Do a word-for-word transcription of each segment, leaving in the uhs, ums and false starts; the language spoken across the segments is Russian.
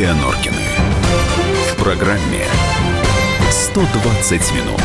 Юлия Норкины. В программе сто двадцать минут.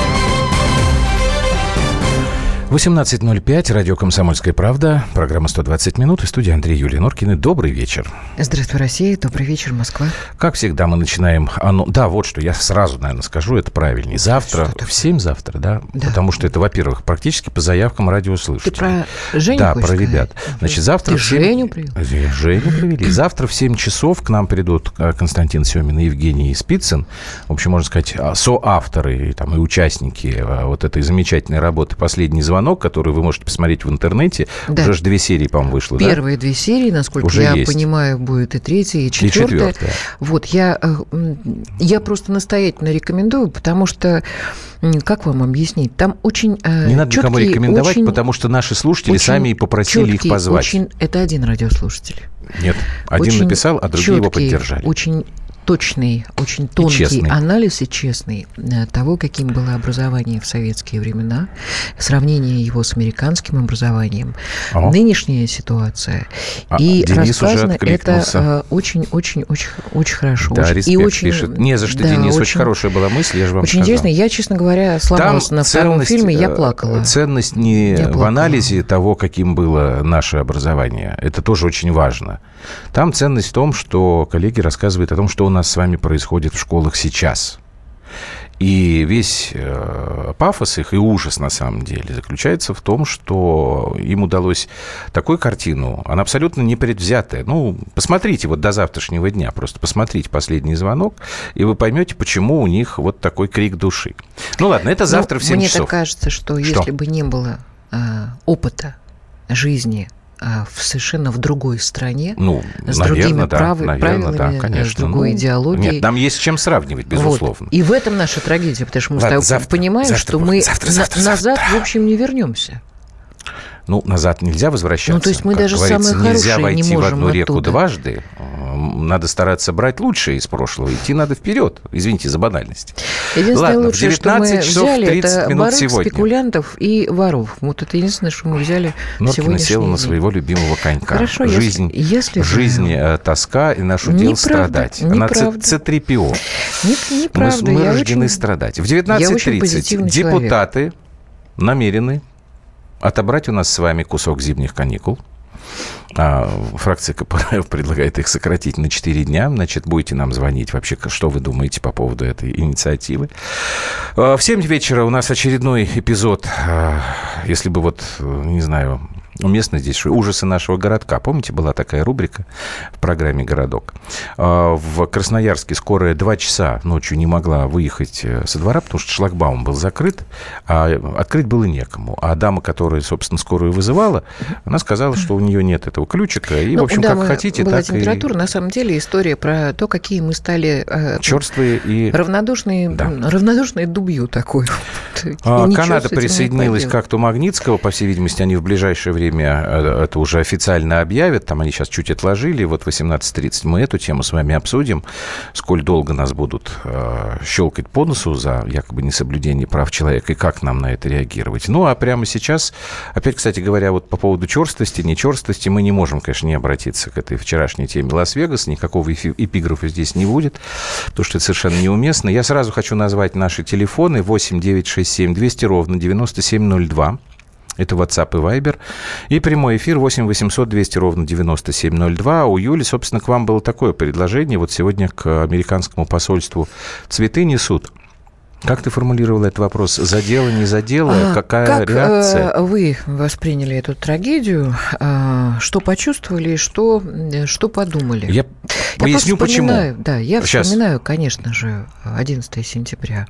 восемнадцать ноль пять, радио «Комсомольская правда», программа «сто двадцать минут» и студия Андрей Юлия Норкины. Добрый вечер. Здравствуй, Россия. Добрый вечер, Москва. Как всегда, мы начинаем... Оно... Да, вот что я сразу, наверное, скажу, это правильнее. Завтра, в семь завтра, да? да? Потому что это, во-первых, практически по заявкам радиослушателей. Ты про Женю Да, хочешь про ребят. сказать? Значит, завтра... Ты в семь... Женю привел? Женю привели. Завтра в семь часов к нам придут Константин Семин и Евгений Спицын. В общем, можно сказать, соавторы и, там, и участники вот этой замечательной работы «Последний звонок», которую вы можете посмотреть в интернете. Да. Уже же две серии, по-моему, вышло. Первые да? две серии, насколько уже я есть. понимаю, будет и третья, и четвертая. И четвертая. Вот, я, я просто настоятельно рекомендую, потому что, как вам объяснить, там очень Не надо чёткий, никому рекомендовать, очень, потому что наши слушатели сами и попросили чёткий, их позвать. Очень, это один радиослушатель. Нет, один очень написал, а другие чёткий, его поддержали. Очень точный, очень тонкий и анализ и честный того, каким было образование в советские времена, сравнение его с американским образованием, О. нынешняя ситуация. А, и Денис рассказано это очень-очень-очень очень хорошо. Да, и очень, пишет. Не за что, да, Денис, очень, очень хорошая была мысль, я же вам очень сказал. интересно. Я, честно говоря, сломалась Там на втором ценность, фильме, я плакала. Ценность не я в анализе того, каким было наше образование. Это тоже очень важно. Там ценность в том, что коллеги рассказывают о том, что у нас с вами происходит в школах сейчас. И весь э, пафос их и ужас, на самом деле, заключается в том, что им удалось такую картину, она абсолютно непредвзятая. Ну, посмотрите вот до завтрашнего дня, просто посмотрите «Последний звонок», и вы поймете, почему у них вот такой крик души. Ну, ладно, это завтра ну, в семь мне часов. Мне так кажется, что, что если бы не было э, опыта жизни в совершенно в другой стране, ну, с наверное, другими да, прав... наверное, правилами, да, конечно. с другой ну, идеологией. Нет, нам есть с чем сравнивать, безусловно. Вот. И в этом наша трагедия, потому что мы Ладно, с тобой завтра, понимаем, завтра что будет. мы завтра, на- завтра, назад, завтра. в общем, не вернемся. Ну, назад нельзя возвращаться. Ну, то есть мы как даже говорится, самые нельзя хорошие войти не можем в одну реку оттуда. дважды. Надо стараться брать лучшее из прошлого. Идти надо вперед. Извините за банальность. Единственное Ладно, лучшее, в девятнадцать часов тридцать минут барыг, сегодня. Спекулянтов и воров. Вот это единственное, что мы взяли Норкина сегодняшний села на день. своего любимого конька. Хорошо, жизнь, если, если жизнь э, тоска, и наш удел страдать. Она цэ три пи о. Не, неправда. Мы, мы я рождены очень, страдать. В девятнадцать тридцать депутаты человек. намерены отобрать у нас с вами кусок зимних каникул. А, фракция ка пэ эр эф предлагает их сократить на четыре дня. Значит, будете нам звонить вообще, что вы думаете по поводу этой инициативы. В семь вечера у нас очередной эпизод, если бы вот, не знаю, уместно здесь, ужасы нашего городка. Помните, была такая рубрика в программе «Городок»? В Красноярске скорая два часа ночью не могла выехать со двора, потому что шлагбаум был закрыт, а открыть было некому. А дама, которая, собственно, скорую вызывала, она сказала, что у нее нет этого ключика. И, ну, в общем, как хотите, была так температура. И... На самом деле история про то, какие мы стали э, черствые и... равнодушные, да. равнодушные дубью такой. А, Канада присоединилась к акту Магнитского. По всей видимости, они в ближайшее время это уже официально объявят. Там они сейчас чуть отложили. Вот в восемнадцать тридцать мы эту тему с вами обсудим. Сколь долго нас будут э, щелкать по носу за якобы несоблюдение прав человека и как нам на это реагировать. Ну, а прямо сейчас, опять, кстати говоря, вот по поводу черствости, нечерствости, мы не можем, конечно, не обратиться к этой вчерашней теме Лас-Вегас. Никакого эпиграфа здесь не будет, потому что это совершенно неуместно. Я сразу хочу назвать наши телефоны. восемь девятьсот шестьдесят семь двести ровно девяносто семь ноль два. Это WhatsApp и Viber. И прямой эфир восемь восемьсот двести ровно девяносто семь ноль два. У Юли, собственно, к вам было такое предложение. Вот сегодня к американскому посольству цветы несут. Как ты формулировала этот вопрос? Задело, не задело? А, Какая как, реакция? Как вы восприняли эту трагедию? Что почувствовали, что, что подумали? Я, я поясню, почему. Да, я Сейчас. вспоминаю, конечно же, одиннадцатого сентября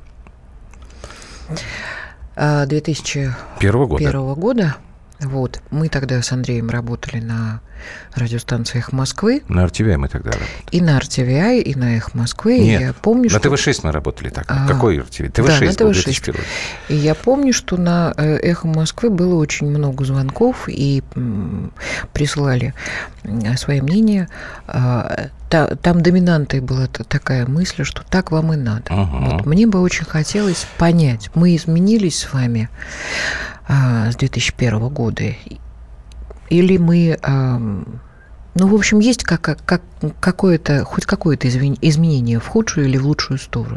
две тысячи первого года. Первого года. Вот. Мы тогда с Андреем работали на радиостанциях Москвы. На эр ти ви ай мы тогда работали. И на эр ти ви ай, и на Эхо Москвы. Нет, и я помню, на что... тэ вэ шесть мы работали так. А, Какой эр ти ви? тэ вэ шесть да, был на тэ вэ шесть. две тысячи первый. И я помню, что на Эхо Москвы было очень много звонков, и м, присылали свое мнение. Там доминантой была такая мысль, что так вам и надо. Угу. Вот, мне бы очень хотелось понять, мы изменились с вами а, с две тысячи первого года, или мы а, Ну, в общем, есть как, как, какое-то, хоть какое-то изменение в худшую или в лучшую сторону.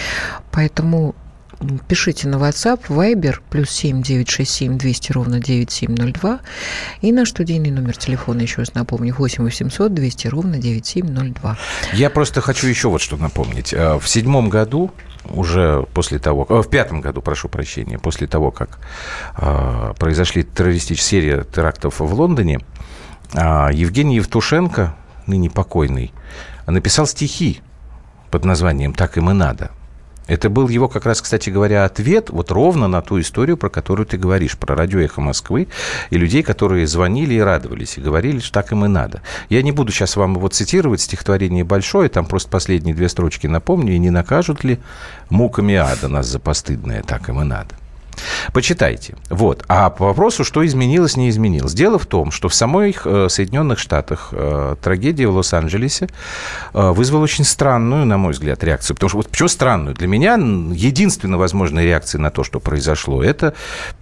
Поэтому пишите на WhatsApp, Viber, плюс семь девятьсот шестьдесят семь двести ровно девяносто семь ноль два. И наш студийный номер телефона, еще раз напомню, восемь восемьсот двести ровно девяносто семь ноль два. Я просто хочу еще вот что напомнить. В седьмом году, уже после того, в пятом году, прошу прощения, после того, как э, произошли террористические серии терактов в Лондоне, э, Евгений Евтушенко, ныне покойный, написал стихи под названием «Так им и надо». Это был его, как раз, кстати говоря, ответ вот ровно на ту историю, про которую ты говоришь, про радио «Эхо Москвы» и людей, которые звонили и радовались, и говорили, что так им и надо. Я не буду сейчас вам его цитировать, стихотворение большое, там просто последние две строчки напомню, и не накажут ли муками ада нас за постыдное, так им и надо. Почитайте. Вот. А по вопросу, что изменилось, не изменилось. Дело в том, что в самых Соединенных Штатах трагедия в Лос-Анджелесе вызвала очень странную, на мой взгляд, реакцию. Потому что, вот почему странную? Для меня единственная возможная реакция на то, что произошло, это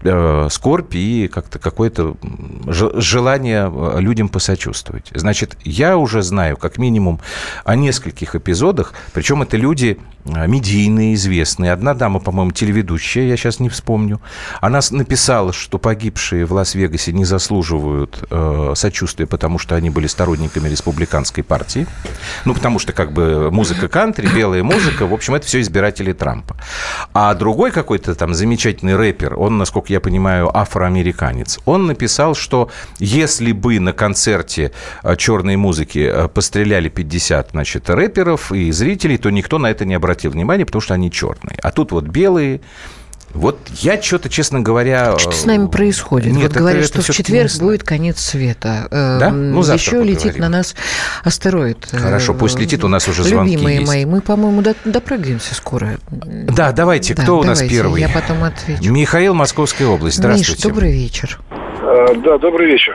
скорбь и как-то какое-то желание людям посочувствовать. Значит, я уже знаю как минимум о нескольких эпизодах, причем это люди медийные, известные. Одна дама, по-моему, телеведущая, я сейчас не вспомню. Она написала, что погибшие в Лас-Вегасе не заслуживают э, сочувствия, потому что они были сторонниками республиканской партии. Ну, потому что, как бы, музыка кантри, белая музыка, в общем, это все избиратели Трампа. А другой какой-то там замечательный рэпер, он, насколько я понимаю, афроамериканец, он написал, что если бы на концерте черной музыки постреляли пятьдесят, значит, рэперов и зрителей, то никто на это не обратил внимания, потому что они черные. А тут вот белые. Вот я что-то, честно говоря... Что с нами происходит? Нет, вот это, говорят, это что в четверг будет конец света. Да? Ну, еще летит поговорим. на нас астероид. Хорошо, пусть летит, у нас уже звонки Любимые есть. мои, мы, по-моему, допрыгаемся скоро. Да, давайте, да, кто у нас давайте, первый? Я потом отвечу. Михаил, Московская область, здравствуйте. Миш, добрый вечер. А, да, добрый вечер.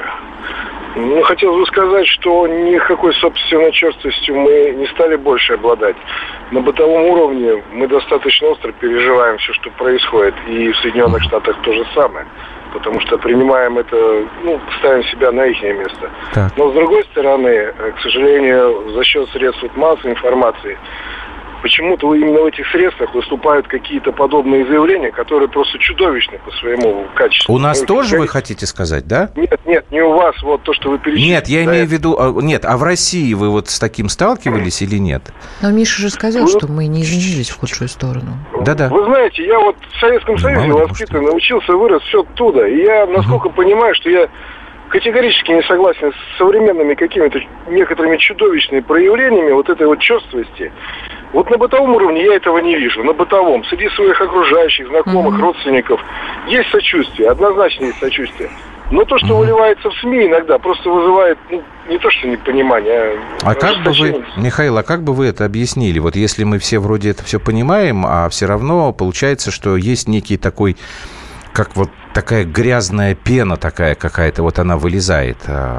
Ну, хотелось бы сказать, что никакой собственной черствостью мы не стали больше обладать. На бытовом уровне мы достаточно остро переживаем все, что происходит. И в Соединенных Штатах то же самое. Потому что принимаем это, ну, ставим себя на их место. Так. Но, с другой стороны, к сожалению, за счет средств массовой информации, почему-то именно в этих средствах выступают какие-то подобные заявления, которые просто чудовищны по своему качеству. У нас ну, тоже, вы хотите сказать, да? Нет, нет, не у вас, вот то, что вы перечислили. Нет, я имею в виду... Нет, а в России вы вот с таким сталкивались или нет? Но Миша же сказал, что мы не изменились в худшую сторону. Да-да. Вы знаете, я вот в Советском Союзе Мало воспитан, научился, вырос все оттуда. И я, насколько угу. понимаю, что я категорически не согласен с современными какими-то некоторыми чудовищными проявлениями вот этой вот черствости. Вот на бытовом уровне я этого не вижу. На бытовом, среди своих окружающих, знакомых, mm-hmm. родственников есть сочувствие, однозначно есть сочувствие. Но то, что mm-hmm. выливается в СМИ иногда, просто вызывает, ну, не то что непонимание, а... А как бы вы, Михаил, а как бы вы это объяснили? Вот если мы все вроде это все понимаем, а все равно получается, что есть некий такой, как вот такая грязная пена такая какая-то, вот она вылезает,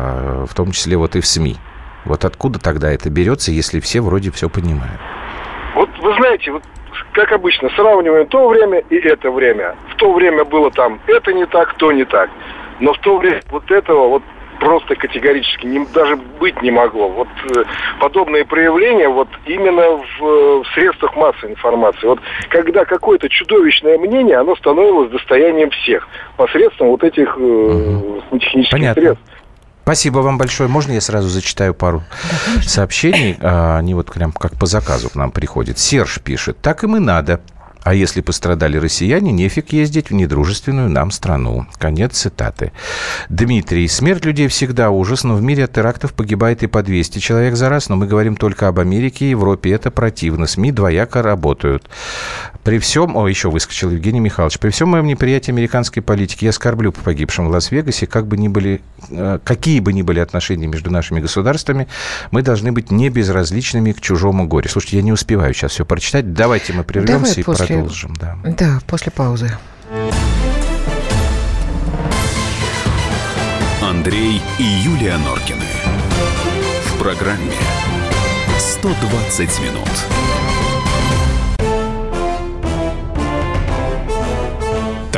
в том числе вот и в СМИ. Вот откуда тогда это берется, если все вроде все понимают? Вот вы знаете, вот как обычно, сравниваем то время и это время. В то время было там это не так, то не так. Но в то время вот этого вот просто категорически не, даже быть не могло. Вот э, подобные проявления вот именно в, в средствах массовой информации. Вот когда какое-то чудовищное мнение, оно становилось достоянием всех посредством вот этих э, технических Понятно. средств. Спасибо вам большое. Можно я сразу зачитаю пару да, сообщений? Они вот прям как по заказу к нам приходят. Серж пишет: так им и надо. А если пострадали россияне, нефиг ездить в недружественную нам страну. Конец цитаты. Дмитрий. Смерть людей всегда ужас, но в мире от терактов погибает и по двести человек за раз. Но мы говорим только об Америке и Европе. Это противно. СМИ двояко работают. При всем... О, еще выскочил Евгений Михайлович. При всем моем неприятии американской политики я скорблю по погибшим в Лас-Вегасе. Как бы ни были... Какие бы ни были отношения между нашими государствами, мы должны быть не безразличными к чужому горю. Слушайте, я не успеваю сейчас все прочитать. Давайте мы прервемся и продолжим. Продолжим, да. Да, после паузы. Андрей и Юлия Норкины. В программе сто двадцать минут.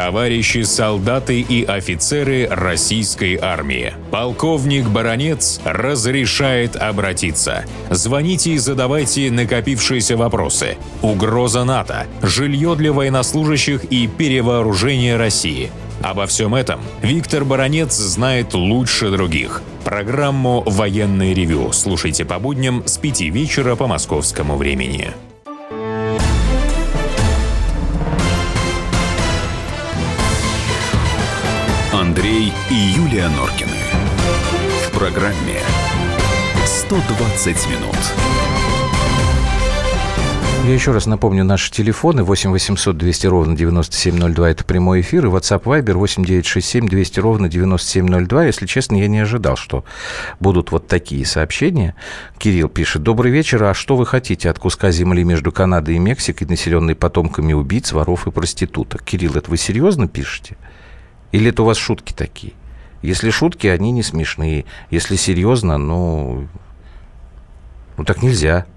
Товарищи солдаты и офицеры российской армии, полковник Баранец разрешает обратиться. Звоните и задавайте накопившиеся вопросы. Угроза НАТО, жилье для военнослужащих и перевооружение России. Обо всем этом Виктор Баранец знает лучше других. Программу «Военное ревю» слушайте по будням с пяти вечера по московскому времени. Андрей и Юлия Норкины. В программе сто двадцать минут. Я еще раз напомню наши телефоны. восемь восемьсот двести ровно девяносто семь ноль два. Это прямой эфир. И WhatsApp Viber восемь девятьсот шестьдесят семь двести ровно девяносто семь ноль два. Если честно, я не ожидал, что будут вот такие сообщения. Кирилл пишет. Добрый вечер. А что вы хотите от куска земли между Канадой и Мексикой, населенной потомками убийц, воров и проституток? Кирилл, это вы серьезно пишете? Или это у вас шутки такие? Если шутки, они не смешные. Если серьезно, ну... Ну, так нельзя.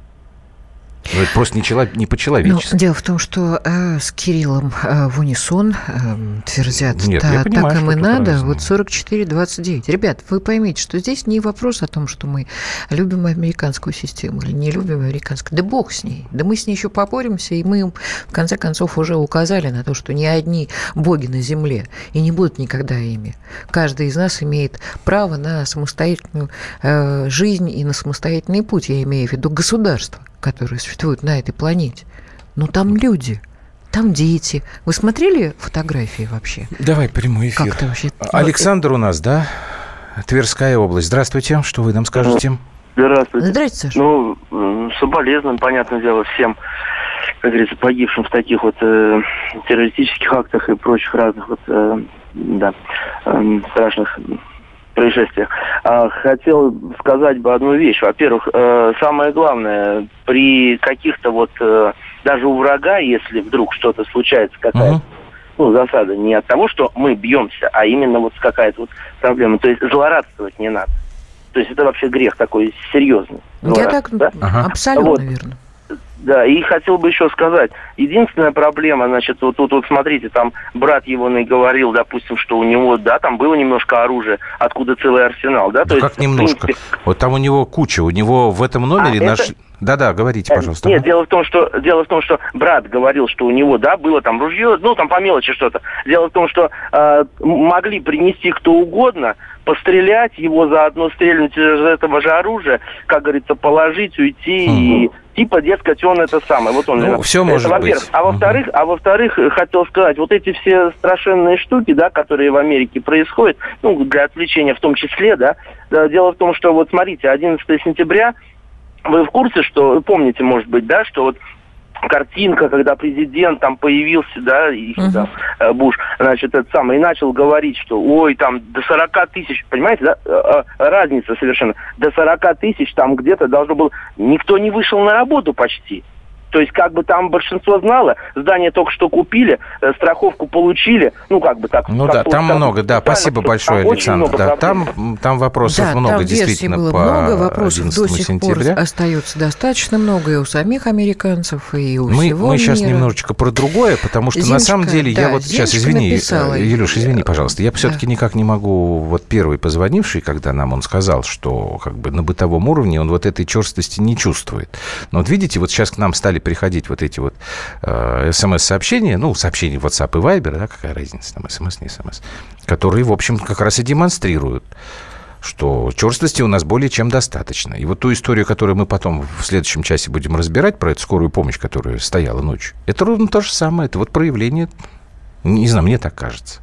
Ну, это просто не, чело... не по-человечески. Ну, дело в том, что э, с Кириллом э, в унисон э, твердят, Нет, та, понимаю, так им и надо, разное. вот сорок четыре двадцать девять. Ребят, вы поймите, что здесь не вопрос о том, что мы любим американскую систему или не любим американскую. Да бог с ней. Да мы с ней еще попоримся, и мы им, в конце концов, уже указали на то, что ни одни боги на земле и не будут никогда ими. Каждый из нас имеет право на самостоятельную э, жизнь и на самостоятельный путь. Я имею в виду государство, которые существуют на этой планете. Но там люди, там дети. Вы смотрели фотографии вообще? Давай прямой эфир. Как-то вообще... Александр у нас, да? Тверская область. Здравствуйте. Что вы нам скажете? Здравствуйте. Здравствуйте, Саша. Ну, соболезную, понятное дело, всем, как говорится, погибшим в таких вот э, террористических актах и прочих разных вот, э, да, э, страшных происшествиях. А, хотел сказать бы одну вещь. Во-первых, э, самое главное, при каких-то вот, э, даже у врага, если вдруг что-то случается, какая-то, uh-huh. ну, засада, не от того, что мы бьемся, а именно вот какая-то вот проблема. То есть злорадствовать не надо. То есть это вообще грех такой серьезный. Я так, да? ага. Абсолютно вот. Верно. Да, и хотел бы еще сказать, единственная проблема, значит, вот тут вот, смотрите, там брат его говорил, допустим, что у него, да, там было немножко оружия, откуда целый арсенал, да? Ну, то как есть, немножко? принципе... Вот там у него куча, у него в этом номере а наш... это... Да-да, говорите, пожалуйста. Нет, дело в том, что дело в том, что брат говорил, что у него, да, было там ружье, ну, там по мелочи что-то. Дело в том, что э, могли принести кто угодно, пострелять, его заодно стрельнуть из этого же оружия, как говорится, положить, уйти угу. и... Типа, дескать, он это самое. Вот он. Ну, все может это, быть. во-первых. А во-вторых, угу. а во-вторых, хотел сказать, вот эти все страшенные штуки, да, которые в Америке происходят, ну, для отвлечения в том числе, да, да, дело в том, что вот смотрите, одиннадцатого сентября, вы в курсе, что, помните, может быть, да, что вот картинка, когда президент там появился, да, и, uh-huh. там, Буш, значит, этот самый, и начал говорить, что, ой, там, до сорока тысяч, понимаете, да, разница совершенно, до сорока тысяч там где-то должно было, никто не вышел на работу почти. То есть, как бы там большинство знало, здание только что купили, страховку получили, ну, как бы так. Ну как да, по, там так, много, да, спасибо большое, Александр. Да, там, там вопросов да, много, там действительно, было по много вопросов, до сих сентября. пор остается достаточно много и у самих американцев, и у мы, всего Мы мира. сейчас немножечко про другое, потому что Зиночка, на самом деле, да, я вот Зиночка сейчас, извини, написала. Илюш, извини, пожалуйста, я все-таки да. никак не могу, вот первый позвонивший, когда нам он сказал, что как бы на бытовом уровне он вот этой черствости не чувствует. Но вот видите, вот сейчас к нам стали приходить вот эти вот э, смс-сообщения, ну, сообщения в WhatsApp и Viber, да, какая разница, там, смс, не смс, которые, в общем, как раз и демонстрируют, что черствости у нас более чем достаточно. И вот ту историю, которую мы потом в следующем часе будем разбирать, про эту скорую помощь, которая стояла ночью, это ровно то же самое. Это вот проявление, не знаю, мне так кажется.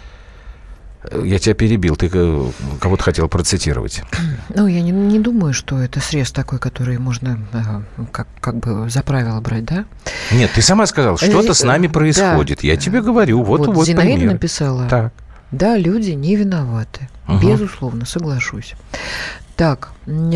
Я тебя перебил, ты кого-то хотел процитировать. Ну, я не, не думаю, что это срез такой, который можно как, как бы за правило брать, да? Нет, ты сама сказала, что-то с нами происходит. Да. Я тебе говорю, вот, вот, вот Зинаида пример. написала. Так. Да, люди не виноваты. Угу. Безусловно, соглашусь. Так,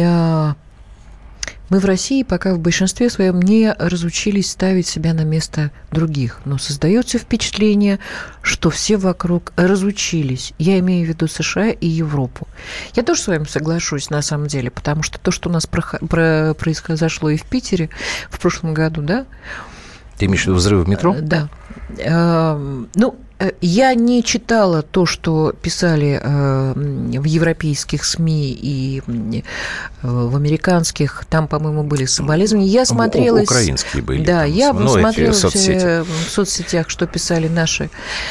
мы в России пока в большинстве своем не разучились ставить себя на место других. Но создается впечатление, что все вокруг разучились. Я имею в виду США и Европу. Я тоже с вами соглашусь, на самом деле, потому что то, что у нас про- про- произошло и в Питере в прошлом году, да? Ты имеешь в виду взрывы в метро? Да. Ну, я не читала то, что писали в европейских СМИ и в американских. Там, по-моему, были соболезнования. Я смотрела... Украинские были. Да, там, я ну, смотрела соцсети. в соцсетях, что писали наши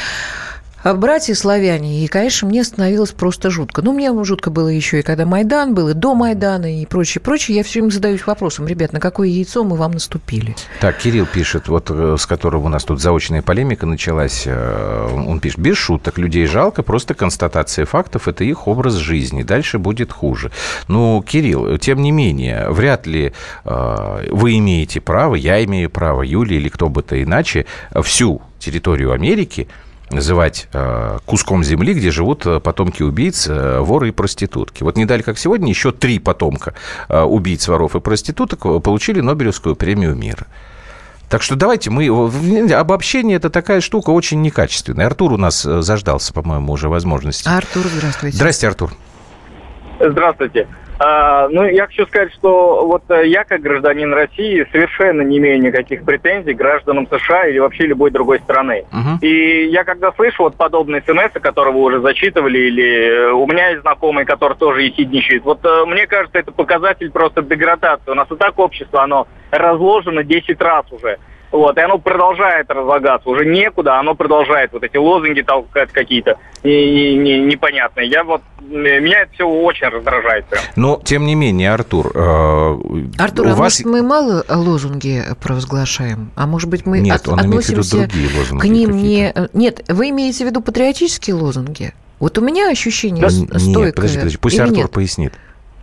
братья славяне, и, конечно, мне становилось просто жутко. Ну, мне жутко было еще и когда Майдан был, и до Майдана, и прочее, прочее. Я все время задаюсь вопросом, ребят, на какое яйцо мы вам наступили? Так, Кирилл пишет, вот с которого у нас тут заочная полемика началась, он пишет, без шуток, людей жалко, просто констатация фактов, это их образ жизни, дальше будет хуже. Ну, Кирилл, тем не менее, вряд ли э, вы имеете право, я имею право, Юлия или кто бы то иначе, всю территорию Америки называть э, куском земли, где живут потомки убийц, э, воры и проститутки. Вот не далее, как сегодня, еще три потомка э, убийц, воров и проституток получили Нобелевскую премию мира. Так что давайте мы... Обобщение – это такая штука очень некачественная. Артур у нас заждался, по-моему, уже возможности. Артур, здравствуйте. Здрасте, Артур. Здравствуйте. А, ну, я хочу сказать, что вот я, как гражданин России, совершенно не имею никаких претензий к гражданам США или вообще любой другой страны. Uh-huh. И я когда слышу вот подобные смс, которые вы уже зачитывали, или у меня есть знакомый, который тоже ехидничает, вот мне кажется, это показатель просто деградации. У нас и так общество, оно разложено десять раз уже. Вот, и оно продолжает разлагаться. Уже некуда, оно продолжает вот эти лозунги толкать какие-то не, не, непонятные. Я вот, меня это все очень раздражает. Прям. Но, тем не менее, Артур... Э, Артур, а вас... может, мы мало лозунги провозглашаем? А может быть, мы Нет, от, он имеет в виду другие лозунги к ним какие-то. не... Нет, вы имеете в виду патриотические лозунги? Вот у меня ощущение да? стойкое. Нет, подожди, подожди, пусть Артур нет? пояснит.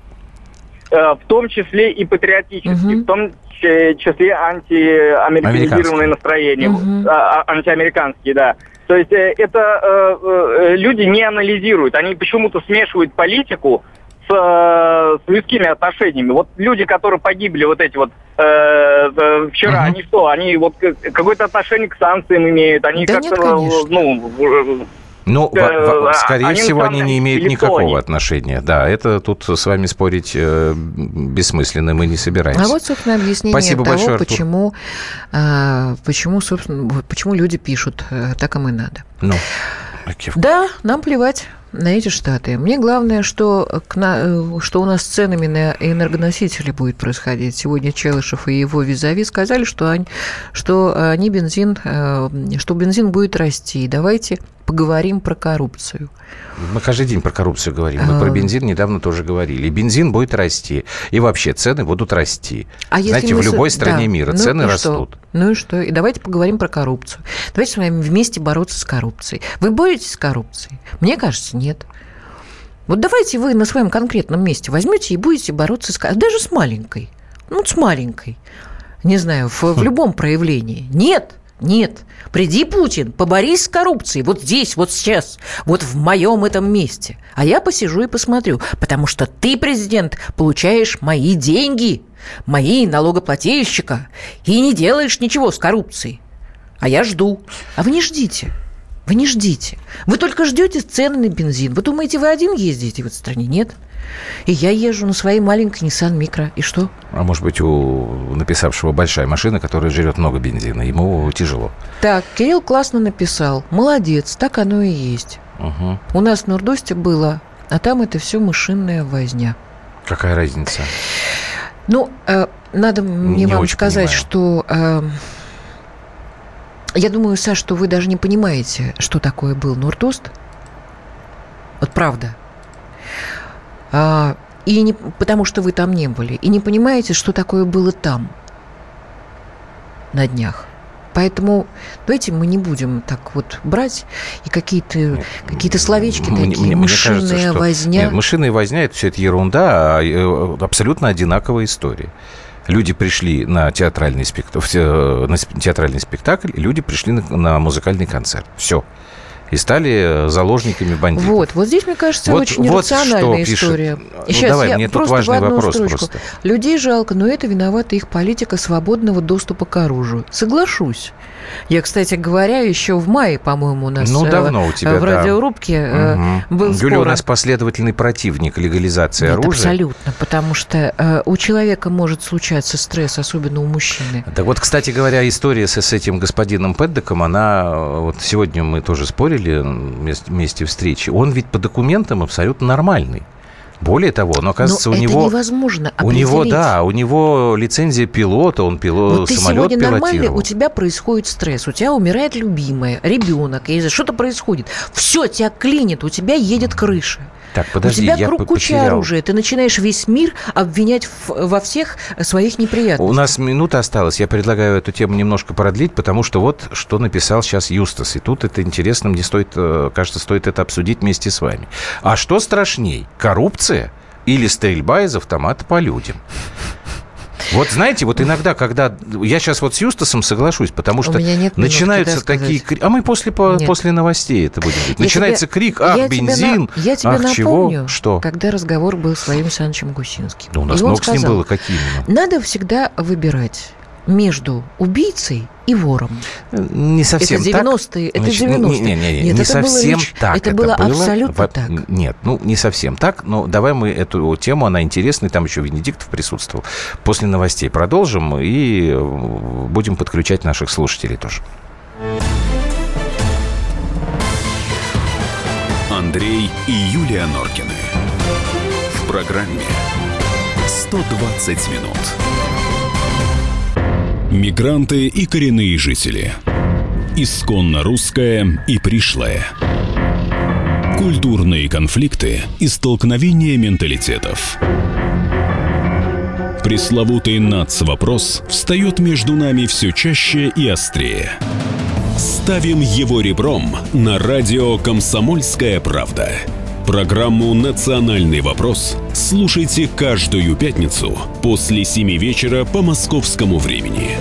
В том числе и патриотические, угу. в том числе антиамериканизированные настроения, угу. а, антиамериканские, да. То есть это э, люди не анализируют, они почему-то смешивают политику с, с людскими отношениями. Вот люди, которые погибли вот эти вот э, вчера, угу. они что, они вот какое-то отношение к санкциям имеют, они да как-то, нет, ну... Ну, э, скорее они всего, они не имеют никакого они. отношения. Да, это тут с вами спорить э, бессмысленно, мы не собираемся. А вот, собственно, объяснение Спасибо того, большое, почему, э, почему, собственно, почему люди пишут э, «так им и надо». Ну, да, нам плевать на эти штаты. Мне главное, что, к на, что у нас с ценами на энергоносители будет происходить. Сегодня Челышев и его визави сказали, что они, что они бензин, что бензин будет расти. Давайте поговорим про коррупцию. Мы каждый день про коррупцию говорим. Мы а... про бензин недавно тоже говорили. И бензин будет расти. И вообще цены будут расти. А Знаете, в любой с... стране да. мира ну, цены растут. Что? Ну и что? И давайте поговорим про коррупцию. Давайте с вами вместе бороться с коррупцией. Вы боретесь с коррупцией? Мне кажется, нет. Вот давайте вы на своем конкретном месте возьмете и будете бороться с коррупцией. Даже с маленькой. Ну, с маленькой. Не знаю, в, в любом проявлении. Нет. Нет. Приди, Путин, поборись с коррупцией. Вот здесь, вот сейчас, вот в моем этом месте. А я посижу и посмотрю. Потому что ты, президент, получаешь мои деньги, мои налогоплательщика, и не делаешь ничего с коррупцией. А я жду. А вы не ждите. Вы не ждите. Вы только ждете цены на бензин. Вы думаете, вы один ездите в этой стране? Нет. И я езжу на своей маленькой Nissan Micra. И что? А может быть, у написавшего большая машина, которая жрет много бензина. Ему тяжело. Так, Кирилл классно написал. Молодец, так оно и есть. Угу. У нас в Нордосте было, а там это все мышиная возня. Какая разница? Ну, э, надо мне не вам сказать, понимаю. что... Э, я думаю, Саш, что вы даже не понимаете, что такое был Нордост. Вот правда. А, и не, потому что вы там не были. И не понимаете, что такое было там, на днях. Поэтому давайте мы не будем так вот брать и какие-то, какие-то словечки мне, такие, мне, мышиная мне кажется, возня. Нет, мышиная возня – это все это ерунда, а абсолютно одинаковая история. Люди пришли на театральный спектакль, на театральный спектакль, люди пришли на, на музыкальный концерт. Все. и стали заложниками бандитов. Вот, вот здесь, мне кажется, вот, очень вот рациональная история. Ну, Сейчас давай, я мне тут важный вопрос строчку. Просто. Людей жалко, но это виновата их политика свободного доступа к оружию. Соглашусь. Я, кстати говоря, еще в мае, по-моему, у нас ну, давно у тебя, в радиорубке да. был спор. Юля у нас последовательный противник легализации Нет, оружия. Абсолютно, потому что э, у человека может случаться стресс, особенно у мужчины. Так вот, кстати говоря, история с, с этим господином Пэддоком, она, вот сегодня мы тоже спорили вместе, вместе встречи, он ведь по документам абсолютно нормальный. Более того, но оказывается, но у это него... невозможно у него, да, у него лицензия пилота, он пилот, вот самолет пилотировал. Ты сегодня нормальный, у тебя происходит стресс, у тебя умирает любимая, ребенок, что-то происходит. Все, тебя клинит, у тебя едет крыша. Так, подожди, у тебя я круг куча оружия, ты начинаешь весь мир обвинять в, во всех своих неприятностях. У нас минута осталась, я предлагаю эту тему немножко продлить, потому что вот что написал сейчас Юстас, и тут это интересно, мне стоит, кажется, стоит это обсудить вместе с вами. А что страшней, коррупция или стрельба из автомата по людям? Вот знаете, вот иногда, когда... Я сейчас вот с Юстасом соглашусь, потому что начинаются такие... Сказать. А мы после, после новостей это будем говорить. Начинается тебе, крик, ах, бензин, тебе, я тебе ах, напомню, чего, что? Когда разговор был с Владимиром Александровичем Гусинским. Да у нас много с ним было, какие именно? Надо всегда выбирать между убийцей и вором. Не совсем это девяностые, так. Это девяностые. Не, не, не, Нет, не это совсем было, так. Это, это было, было абсолютно во... так. Нет, ну не совсем так, но давай мы эту тему, она интересная, там еще Венедиктов присутствовал. После новостей продолжим и будем подключать наших слушателей тоже. Андрей и Юлия Норкины. В программе сто двадцать минут. Мигранты и коренные жители. Исконно русское и пришлое. Культурные конфликты и столкновения менталитетов. Пресловутый нацвопрос встает между нами все чаще и острее. Ставим его ребром на радио «Комсомольская правда». Программу «Национальный вопрос» слушайте каждую пятницу после семи вечера по московскому времени.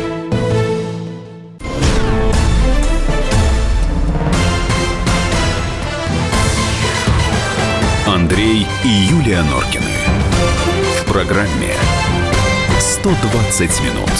Андрей и Юлия Норкины. В программе сто двадцать минут.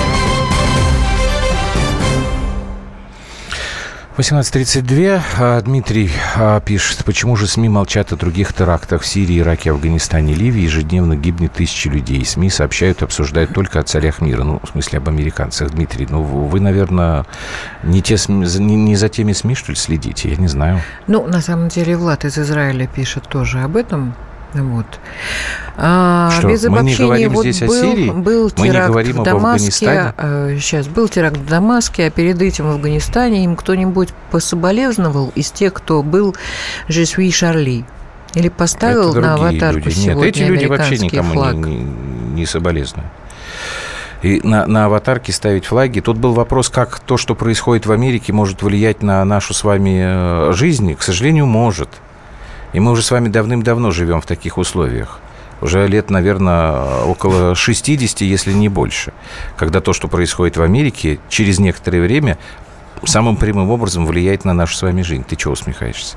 восемнадцать тридцать два. Дмитрий пишет, почему же СМИ молчат о других терактах в Сирии, Ираке, Афганистане, Ливии? Ежедневно гибнет тысячи людей. СМИ сообщают, обсуждают только о царях мира. Ну, в смысле, об американцах. Дмитрий, ну, вы, наверное, не, те СМИ, не, не за теми СМИ, что ли, следите? Я не знаю. Ну, на самом деле, Влад из Израиля пишет тоже об этом. Вот. А, что, без мы не говорим вот здесь был, о Сирии? Был теракт мы не говорим в об Дамаске, Афганистане? а, сейчас был теракт в Дамаске, а перед этим в Афганистане им кто-нибудь пособолезновал из тех, кто был «Je suis Charlie»? Или поставил на аватарку люди. сегодня Нет, эти люди вообще американский никому флаг? не, не, не соболезнуют. И на, на аватарке ставить флаги. Тут был вопрос, как то, что происходит в Америке, может влиять на нашу с вами жизнь. К сожалению, может. И мы уже с вами давным-давно живем в таких условиях. Уже лет, наверное, около шестидесяти, если не больше. Когда то, что происходит в Америке, через некоторое время самым прямым образом влияет на нашу с вами жизнь. Ты чего усмехаешься?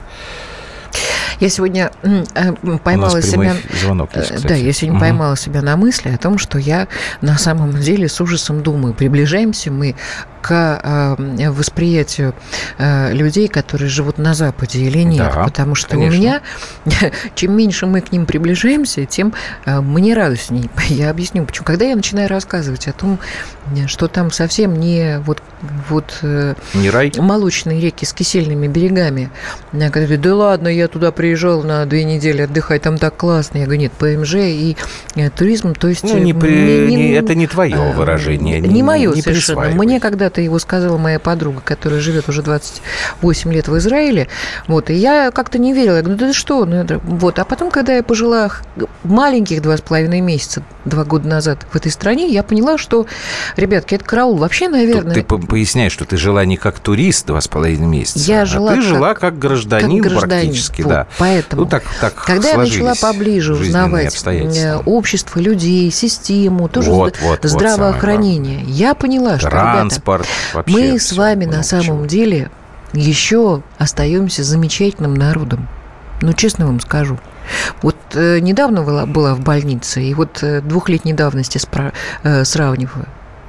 Я сегодня поймала себя... звонок есть, да, я сегодня угу. поймала себя на мысли о том, что я на самом деле с ужасом думаю, приближаемся мы к восприятию людей, которые живут на Западе или нет. Да, потому что конечно. У меня, чем меньше мы к ним приближаемся, тем мне радостней. Я объясню, почему. Когда я начинаю рассказывать о том, что там совсем не вот, вот не рай? Молочные реки с кисельными берегами, когда говорят, да ладно, я туда приезжал на две недели отдыхать, там так классно. Я говорю, нет, ПМЖ и туризм, то есть... Ну, не при... не, не, это не твое выражение. Не, не мое не совершенно. Мне когда-то его сказала моя подруга, которая живет уже двадцать восемь лет в Израиле, вот, и я как-то не верила. Я говорю, да что? Ну, это... Вот. А потом, когда я пожила маленьких два с половиной месяца, два года назад в этой стране, я поняла, что, ребятки, это караул. Вообще, наверное... Тут ты поясняешь, что ты жила не как турист два с половиной месяца, я а жила ты как, жила как гражданин, как гражданин практически, вот, да. Поэтому, ну, так, так когда я начала поближе узнавать общество людей, систему, тоже вот, вот, здравоохранение, вот я поняла, что, транспорт, ребята, мы с вами на самом чего. деле еще остаемся замечательным народом. Ну, честно вам скажу. Вот э, недавно была, была в больнице, и вот э, двухлетней давности спра- э, сравниваю.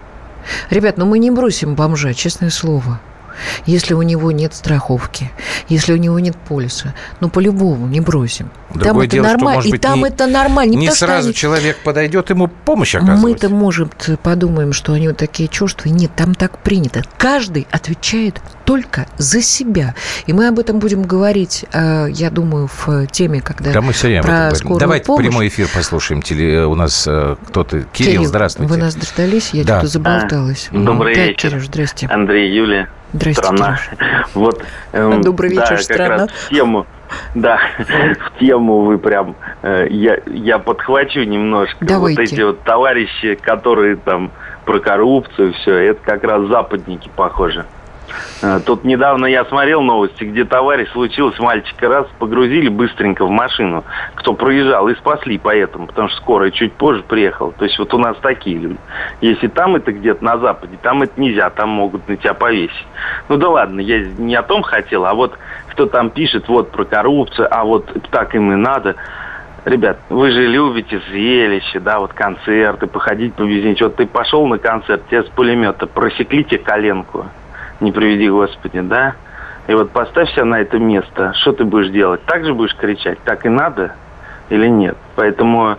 Ребят, ну мы не бросим бомжа, честное слово. Если у него нет страховки, если у него нет полиса, ну, по-любому не бросим. Другое там это дело, нормально, что, может и быть, там не, это нормально. Не, не сразу они... человек подойдет, ему помощь оказывать. Мы-то, может, подумаем, что они вот такие чувства. Нет, там так принято. Каждый отвечает только за себя. И мы об этом будем говорить, я думаю, в теме, когда да, мы все время про скорую Давайте помощь. Прямой эфир послушаем. Теле... У нас кто-то... Кирилл, Кирилл, здравствуйте. Вы нас дождались? Я да. что-то заболталась. А, добрый так, вечер. Кирюш, здрасте. Андрей, Юлия. Здрасте, страна. Вот, эм, добрый вечер, да, страна. как раз в тему, да, в тему вы прям, э, я, я подхвачу немножко. Давайте. Вот эти вот товарищи, которые там про коррупцию, все, это как раз западники, похоже. Тут недавно я смотрел новости, где товарищ случилось, мальчика раз погрузили быстренько в машину, кто проезжал, и спасли поэтому, потому что скорая чуть позже приехала. То есть вот у нас такие люди. Если там это где-то на Западе, там это нельзя, там могут на тебя повесить. Ну да ладно, я не о том хотел, а вот кто там пишет вот про коррупцию, а вот так им и надо. Ребят, вы же любите зрелище, да, вот концерты, походить, побезничать. Вот ты пошел на концерт, тебя с пулемета просекли тебе коленку. Не приведи Господи, да? И вот поставь себя на это место. Что ты будешь делать? Так же будешь кричать? Так и надо или нет? Поэтому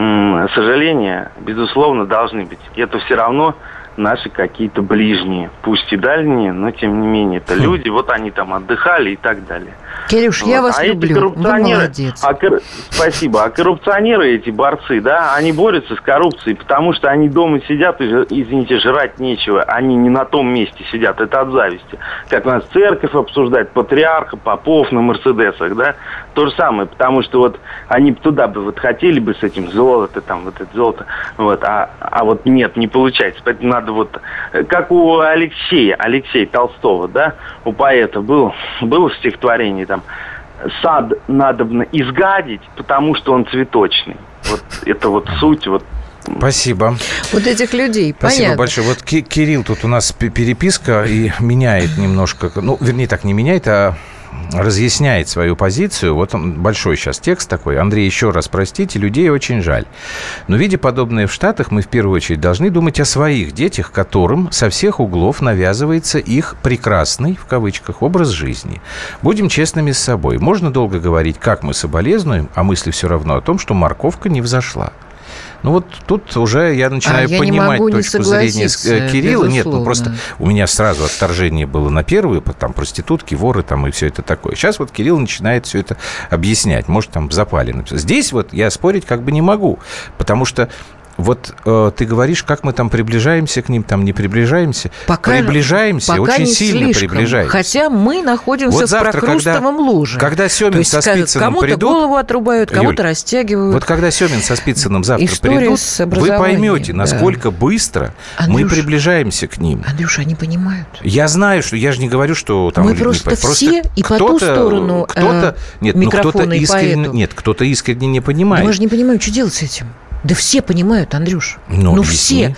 м- сожаления, безусловно, должны быть. Это все равно наши какие-то ближние. Пусть и дальние, но тем не менее. Это люди, вот они там отдыхали и так далее. Кирюш, вот. я вас а люблю. Вы молодец. А кор... Спасибо. А коррупционеры, эти борцы, да, они борются с коррупцией, потому что они дома сидят и, извините, жрать нечего. Они не на том месте сидят. Это от зависти. Как у нас церковь обсуждать, патриарха, попов на мерседесах, да. То же самое, потому что вот они туда бы вот хотели бы с этим золото, там, вот это золото, вот, а, а вот нет, не получается. Поэтому надо вот, как у Алексея, Алексея Толстого, да, у поэта был, было стихотворение там, сад надобно изгадить, потому что он цветочный. Вот это вот суть, вот. Спасибо. Вот этих людей, Спасибо понятно. большое. Вот Кирилл, тут у нас переписка и меняет немножко, ну, вернее, так не меняет, а разъясняет свою позицию. Вот он, большой сейчас текст такой. Андрей, еще раз простите, людей очень жаль. Но, видя подобное в Штатах, мы в первую очередь должны думать о своих детях, которым со всех углов навязывается их прекрасный, в кавычках, образ жизни. Будем честными с собой. Можно долго говорить, как мы соболезнуем, а мысли все равно о том, что морковка не взошла. Ну вот тут уже я начинаю а я понимать не точку зрения Кирилла. безусловно. Нет, ну просто у меня сразу отторжение было на первую, там проститутки, воры там и все это такое. Сейчас вот Кирилл начинает все это объяснять. Может, там в запале. Здесь вот я спорить как бы не могу, потому что вот э, ты говоришь, как мы там приближаемся к ним, там не приближаемся. Пока, приближаемся, пока очень не сильно слишком. приближаемся. Хотя мы находимся вот в прокрустовом луже. Когда Семин со Спицыным кому-то придут... голову отрубают, кому-то Юль, растягивают. Вот когда Семин со Спицыным завтра История придут, вы поймете, да. насколько быстро Андрюш, мы приближаемся к ним. Андрюша, они понимают. Я знаю, что я же не говорю, что там... Мы просто все просто и по ту сторону кто-то, э, нет, микрофона ну, кто-то и искренне, поэту. Нет, кто-то искренне не понимает. Да мы же не понимаем, что делать с этим. Да все понимают, Андрюш. Ну, ну все.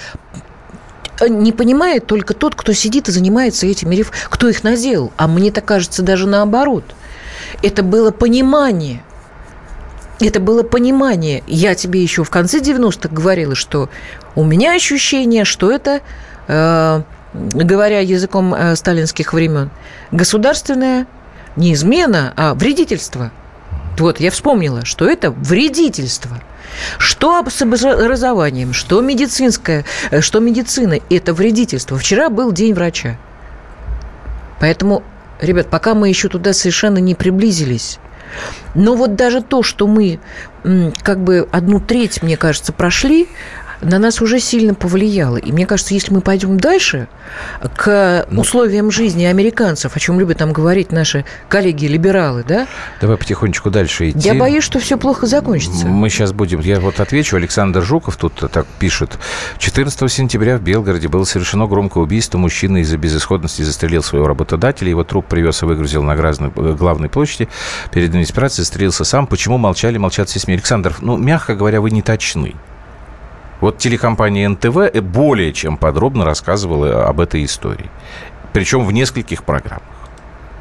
Не понимает только тот, кто сидит и занимается этими реф... кто их наделал. А мне так кажется, даже наоборот. Это было понимание. Это было понимание. Я тебе еще в конце девяностых говорила, что у меня ощущение, что это, э, говоря языком э, сталинских времен, государственная не измена, а вредительство. Вот, я вспомнила, что это вредительство. Что с образованием, что медицинское, что медицина – это вредительство. Вчера был день врача. Поэтому, ребят, пока мы еще туда совершенно не приблизились. Но вот даже то, что мы как бы одну треть, мне кажется, прошли, на нас уже сильно повлияло. И мне кажется, если мы пойдем дальше к условиям жизни американцев, о чем любят там говорить наши коллеги-либералы, да? Давай потихонечку дальше идти. Я боюсь, что все плохо закончится. Мы сейчас будем... Я вот отвечу. Александр Жуков тут так пишет. четырнадцатого сентября в Белгороде было совершено громкое убийство. Мужчина из-за безысходности застрелил своего работодателя. Его труп привез и выгрузил на главной площади. Перед администрацией застрелился сам. Почему молчали? Молчат все СМИ. Александр, ну, мягко говоря, вы не точны. Вот телекомпания эн тэ вэ более чем подробно рассказывала об этой истории. Причем в нескольких программах.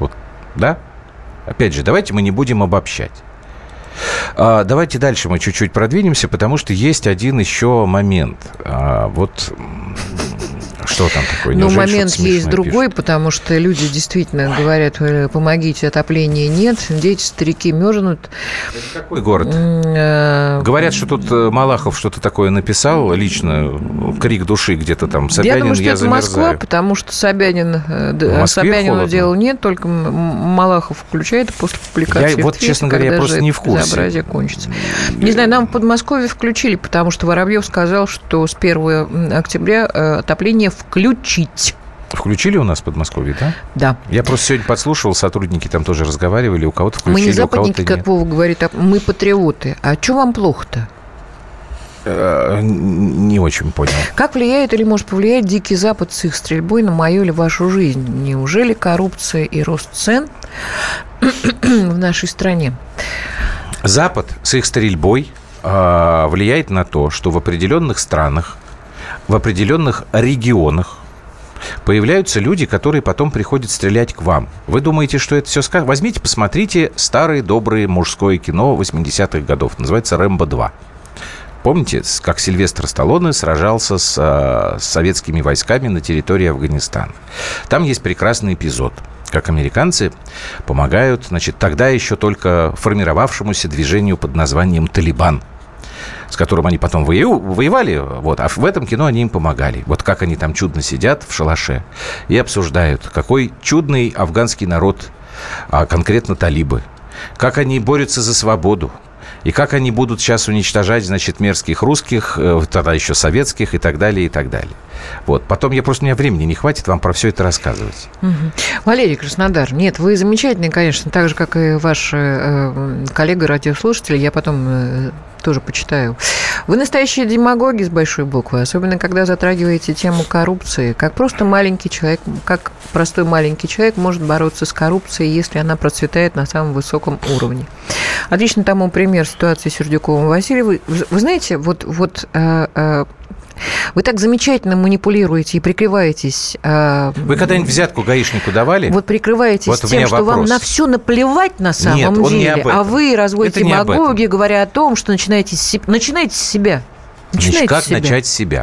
Да? Опять же, давайте мы не будем обобщать. А, давайте дальше мы чуть-чуть продвинемся, потому что есть один еще момент. А, вот... Что там такое? Ну, момент есть другой, пишут? Потому что люди действительно говорят, помогите, отопления нет, дети, старики мерзнут. Это какой город? А... Говорят, что тут Малахов что-то такое написал, лично, крик души где-то там. Собянин, я думаю, что я это замерзаю. Москва, потому что Собянин, Собянину дела нет, только Малахов включает после публикации. Я, вот, Твите, честно говоря, я просто не в курсе. Безобразие кончится. Не знаю, нам в Подмосковье включили, потому что Воробьев сказал, что с первого октября отопление включить. Включили у нас в Подмосковье, да? Да. Я просто сегодня подслушивал, сотрудники там тоже разговаривали, у кого-то включили, мы не западники, у кого-то как Вова говорит, а мы патриоты. А что вам плохо-то? Не очень понял. Как влияет или может повлиять Дикий Запад с их стрельбой на мою или вашу жизнь? Неужели коррупция и рост цен в нашей стране? Запад с их стрельбой э, влияет на то, что в определенных странах, в определенных регионах появляются люди, которые потом приходят стрелять к вам. Вы думаете, что это все сказано? Возьмите, посмотрите старое доброе мужское кино восьмидесятых годов. Называется «Рэмбо два». Помните, как Сильвестр Сталлоне сражался с, с советскими войсками на территории Афганистана? Там есть прекрасный эпизод, как американцы помогают, значит, тогда еще только формировавшемуся движению под названием «Талибан», с которым они потом воевали, вот, а в этом кино они им помогали. Вот как они там чудно сидят в шалаше и обсуждают, какой чудный афганский народ, а конкретно талибы, как они борются за свободу, и как они будут сейчас уничтожать, значит, мерзких русских, тогда еще советских и так далее, и так далее. Вот. Потом я просто, у меня времени не хватит вам про все это рассказывать. Угу. Валерий, Краснодар. Нет, вы замечательный, конечно, так же, как и ваш э, коллега-радиослушатель. Я потом э, тоже почитаю. Вы настоящие демагоги с большой буквы, особенно когда затрагиваете тему коррупции. Как просто маленький человек, как простой маленький человек может бороться с коррупцией, если она процветает на самом высоком уровне. Отлично тому пример ситуации с Сердюковым и Васильевой. Вы, вы знаете, вот... вот э, э, вы так замечательно манипулируете и прикрываетесь... Э, Вы когда-нибудь взятку гаишнику давали? Вот прикрываетесь вот тем, что вопрос. Вам на все наплевать на самом Нет, он деле, не об этом. А вы разводите демагогию, говоря о том, что начинаете с, начинаете с себя. Начинаете Значит, как с себя. начать с себя?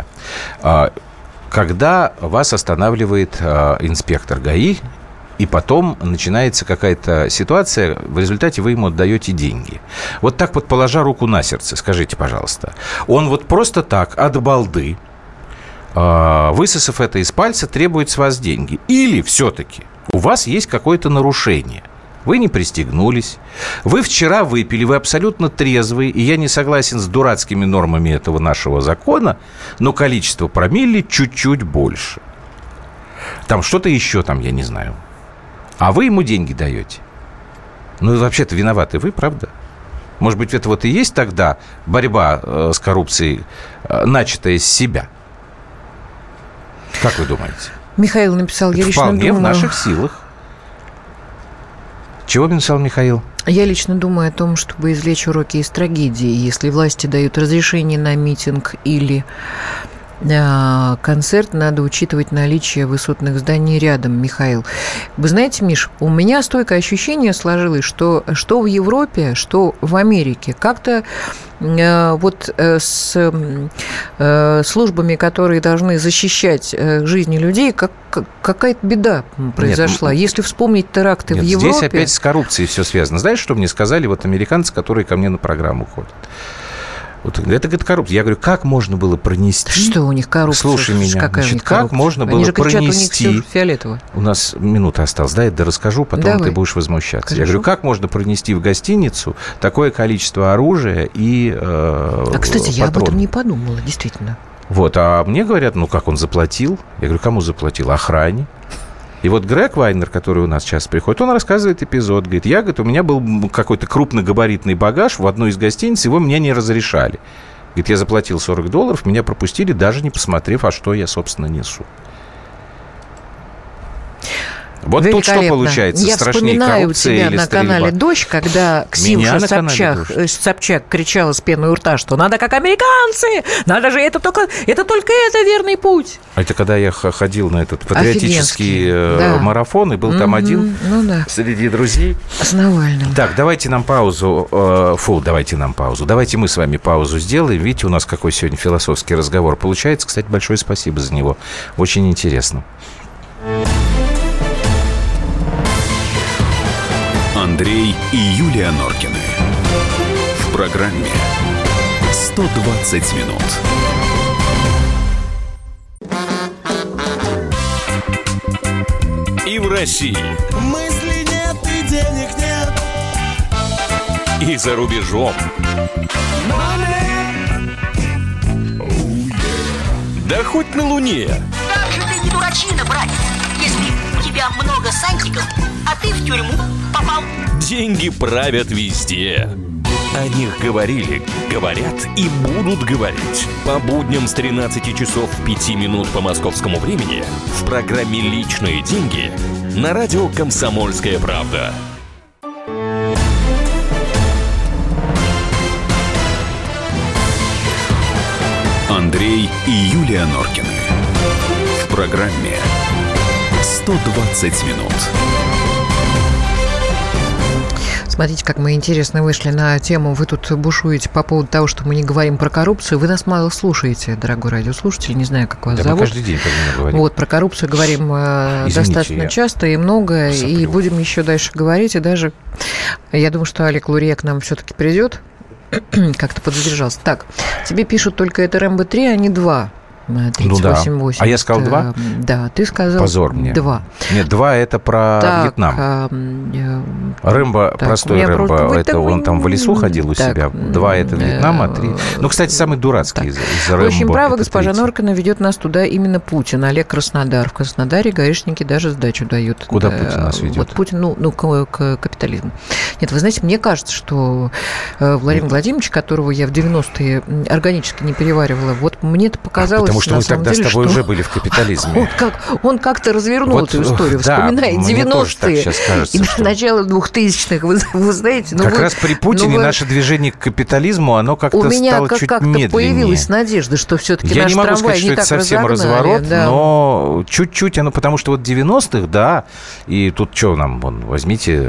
Когда вас останавливает инспектор ГАИ, и потом начинается какая-то ситуация, в результате вы ему отдаете деньги. Вот так вот, положа руку на сердце, скажите, пожалуйста, он вот просто так, от балды, высосав это из пальца, требует с вас деньги? Или все-таки у вас есть какое-то нарушение? Вы не пристегнулись, вы вчера выпили, вы абсолютно трезвый, и я не согласен с дурацкими нормами этого нашего закона, но количество промилле чуть-чуть больше. Там что-то еще, там, я не знаю. А вы ему деньги даете. Ну, вообще-то виноваты вы, правда? Может быть, это вот и есть тогда борьба э, с коррупцией, э, начатая с себя? Как вы думаете? Михаил написал, я это лично вполне думаю... в наших силах. Чего написал Михаил? Я лично думаю о том, чтобы извлечь уроки из трагедии. Если власти дают разрешение на митинг или... концерт, надо учитывать наличие высотных зданий рядом, Михаил. Вы знаете, Миш, у меня стойкое ощущение сложилось, что что в Европе, что в Америке как-то э, вот э, с э, службами, которые должны защищать э, жизни людей, как, как, какая-то беда произошла. Нет, Если вспомнить теракты нет, в Европе... Здесь опять с коррупцией все связано. Знаешь, что мне сказали вот американцы, которые ко мне на программу ходят? Вот, это, это коррупция. Я говорю, как можно было пронести... Что у них коррупция? Слушай меня. Какая Значит, у них как коррупция? можно Они было же кричат, пронести... у них все фиолетово. У нас минута осталась, да, я расскажу, потом Давай. Ты будешь возмущаться. Хорошо. Я говорю, как можно пронести в гостиницу такое количество оружия и э, А, кстати, патронов? Я об этом не подумала, действительно. Вот, а мне говорят, ну, как он заплатил? Я говорю, кому заплатил? Охране. И вот Грег Вайнер, который у нас сейчас приходит, он рассказывает эпизод. Говорит, я, говорит, у меня был какой-то крупногабаритный багаж в одной из гостиниц, его мне не разрешали. Говорит, я заплатил сорок долларов, меня пропустили, даже не посмотрев, а что я, собственно, несу. Вот тут что получается? Я страшнее коррупция или тебя на стрельба? канале «Дождь», когда Ксюша Собчак, Собчак кричала с пеной у рта, что надо как американцы, надо же, это только это, только это верный путь. Это когда я ходил на этот патриотический да. марафон и был mm-hmm. там один ну, да. среди друзей. С Навальным. Так, давайте нам паузу. Фу, давайте нам паузу. Давайте мы с вами паузу сделаем. Видите, у нас какой сегодня философский разговор получается. Кстати, большое спасибо за него. Очень интересно. Андрей и Юлия Норкины. В программе сто двадцать минут. И в России. Мысли нет и денег нет. И за рубежом. Да хоть на Луне. Как же ты не дурачина, братец, если у тебя много сантиков, а ты в тюрьму попал. Деньги правят везде. О них говорили, говорят и будут говорить. По будням с тринадцати часов пяти минут по московскому времени в программе «Личные деньги» на радио «Комсомольская правда». Андрей и Юлия Норкины. В программе сто двадцать минут. Смотрите, как мы интересно вышли на тему. Вы тут бушуете по поводу того, что мы не говорим про коррупцию. Вы нас мало слушаете, дорогой радиослушатель. Не знаю, как вас да зовут. Мы каждый день говорим. Вот, про коррупцию говорим Извините, достаточно часто и много. Соплю. И будем еще дальше говорить. И даже, я думаю, что Олег Лурье к нам все-таки придет. Как-то подзадержался. Так, тебе пишут только это Рэмбо три, а не два. тридцать восемь Ну да. восемь. А я сказал два? Да, ты сказал Позор мне. два. Нет, два это про так, Вьетнам. А, Рэмбо, так, простой Рэмбо, это такой... он там в лесу ходил у так, себя. Два это Вьетнам, а три... Ну, кстати, самый дурацкий из, из Рэмбо. В общем, право, госпожа третий. Норкина ведет нас туда именно Путин. Олег Краснодар. В Краснодаре гаишники даже сдачу дают. Куда да, Путин нас ведет? Вот Путин, ну, ну к, к капитализму. Нет, вы знаете, мне кажется, что Владимир Владимирович, которого я в девяностые органически не переваривала, вот мне это показалось, а, потому что на мы самом тогда деле, с тобой что уже были в капитализме. Он, как, он как-то развернул вот, эту историю, да, вспоминая девяностые кажется, и что... начало двухтысячных, вы, вы знаете. Ну как вы, раз при Путине ну вы... наше движение к капитализму, оно как-то У меня стало как- чуть как-то медленнее. появилась надежда, что все-таки Я наш не могу трамвай сказать, что не это так совсем разогнали, разворот, да. но чуть-чуть оно, потому что вот девяностых, да, и тут что нам, вон, возьмите,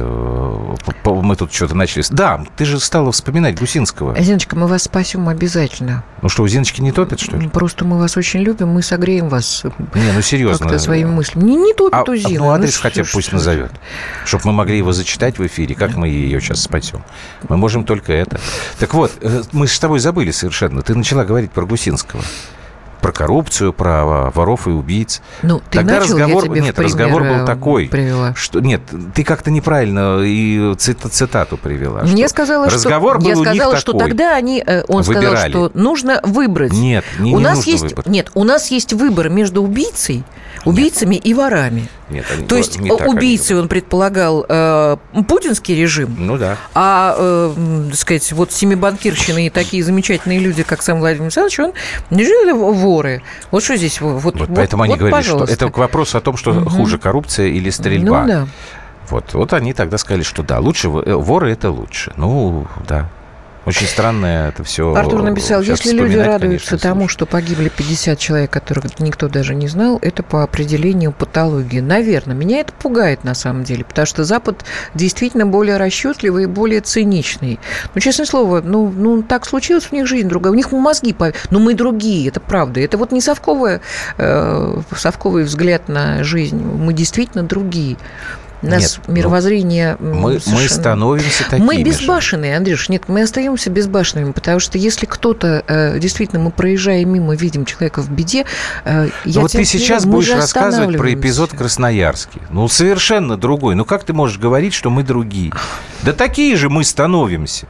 мы тут что-то начали... Да, ты же стала вспоминать Гусинского. Зиночка, мы вас спасем обязательно. Ну что, у Зиночки не топят, что ли? Просто мы вас очень любим, мы согреем вас. Не, ну серьезно. Как-то своими мыслями. Не, не топит а, у Зины. Ну, адрес ну, хотя бы пусть назовет, чтобы мы могли его зачитать в эфире. Как мы ее сейчас спасем? Мы можем только это. Так вот, мы с тобой забыли совершенно. Ты начала говорить про Гусинского. Про коррупцию, про воров и убийц. Ну, ты Тогда начал, разговор, я тебе нет, в пример разговор был такой, привела. что нет, ты как-то неправильно и цит, цитату привела. Мне сказала, разговор что, был я у сказала, них что такой. тогда они, он Выбирали. сказал, что нужно выбрать. Нет, не, у не нас нужно есть, выбрать. Нет, у нас есть выбор между убийцей, убийцами нет. и ворами. Нет, они, То есть не так убийцей он предполагал э, путинский режим, ну да. а, э, так сказать, вот семибанкирщины и такие замечательные люди, как сам Владимир Александрович, он не воры. Вот что здесь? Вот, вот, вот поэтому вот, они говорили, пожалуйста. что это к вопросу о том, что угу. хуже коррупция или стрельба. Ну да. Вот, вот они тогда сказали, что да, лучше воры это лучше. Ну да. Очень странное это все. Артур написал, если люди радуются конечно, тому, слушай. что погибли пятьдесят человек, которых никто даже не знал, это по определению патологии. Наверное, меня это пугает на самом деле, потому что Запад действительно более расчетливый и более циничный. Ну, честное слово, ну, ну так случилось, у них жизнь другая, у них мозги, но мы другие, это правда. Это вот не совковый, э, совковый взгляд на жизнь, мы действительно другие. У нас нет, мировоззрение мы, совершенно... мы становимся такими Мы безбашенные, же. Андрюш. Нет, мы остаемся безбашенными, потому что если кто-то... Э, действительно, мы, проезжая мимо, видим человека в беде... Э, я вот ты сейчас говорю, будешь рассказывать про эпизод в Красноярске. Ну, совершенно другой. Ну, как ты можешь говорить, что мы другие? Да такие же мы становимся.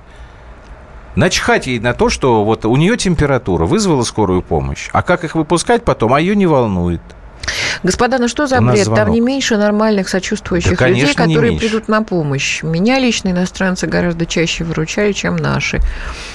Начхать ей на то, что вот у нее температура, вызвала скорую помощь. А как их выпускать потом, а ее не волнует. Господа, ну что за бред? Там не меньше нормальных сочувствующих да, людей, которые меньше. придут на помощь. Меня лично иностранцы гораздо чаще выручали, чем наши.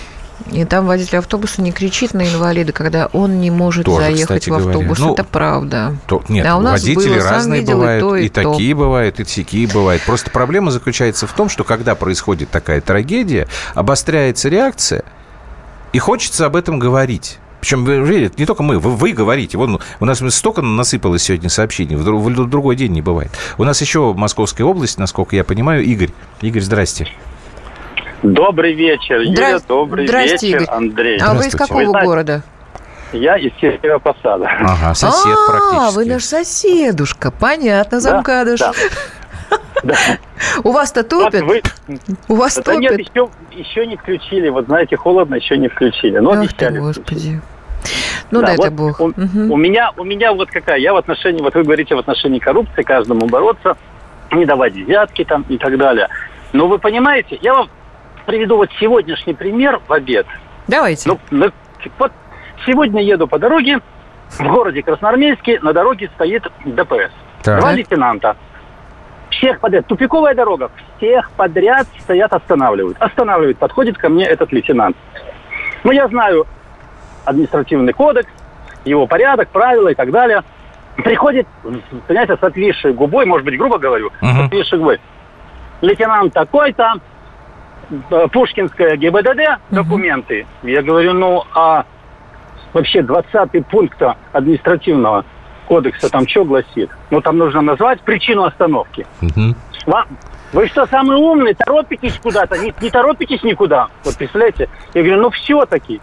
И там водитель автобуса не кричит на инвалида, когда он не может Тоже, заехать в автобус. Ну, это правда. То, нет, а у нас водители было, разные видел, бывают, и, то, и, и такие бывают, и сякие бывают. Просто проблема заключается в том, что когда происходит такая трагедия, обостряется реакция, и хочется об этом говорить. Причем, вы видите, не только мы, вы, вы говорите. Вон, у нас столько насыпалось сегодня сообщений, в, в, в другой день не бывает. У нас еще Московская область, насколько я понимаю. Игорь. Игорь, здрасте. Добрый вечер, Здра... Юля, добрый вечер, Игорь. Андрей. А вы из какого вы знаете, города? Я из Северо-Посада. Ага, сосед а, практически. А, вы наш соседушка, понятно, замкадыш. Да, да. У вас-то топит? Вот вы... У вас Это топит? Нет, еще, еще не включили. Вот знаете, холодно, еще не включили. Но Ах обещали. ты, Господи. Ну, да, дай вот это Бог. У, угу. у, меня, у меня вот какая. Я в отношении, вот вы говорите, в отношении коррупции, каждому бороться, не давать взятки там и так далее. Но вы понимаете, я вам приведу вот сегодняшний пример в обед. Давайте. Ну, ну, вот сегодня еду по дороге, в городе Красноармейске, на дороге стоит ДПС. Так. Два лейтенанта. Всех подряд. Тупиковая дорога. Всех подряд стоят, останавливают. Останавливают. Подходит ко мне этот лейтенант. Ну, я знаю административный кодекс, его порядок, правила и так далее. Приходит, понимаете, с отвисшей губой, может быть, грубо говорю, uh-huh. с отвисшей губой. Лейтенант такой-то, Пушкинская ГИБДД, документы. Uh-huh. Я говорю, ну, а вообще двадцатый пункт административного кодекса там что гласит? Ну, там нужно назвать причину остановки. Uh-huh. Вам, вы что, самый умный? Торопитесь куда-то? Не, не торопитесь никуда. Вот представляете? Я говорю, ну, все-таки.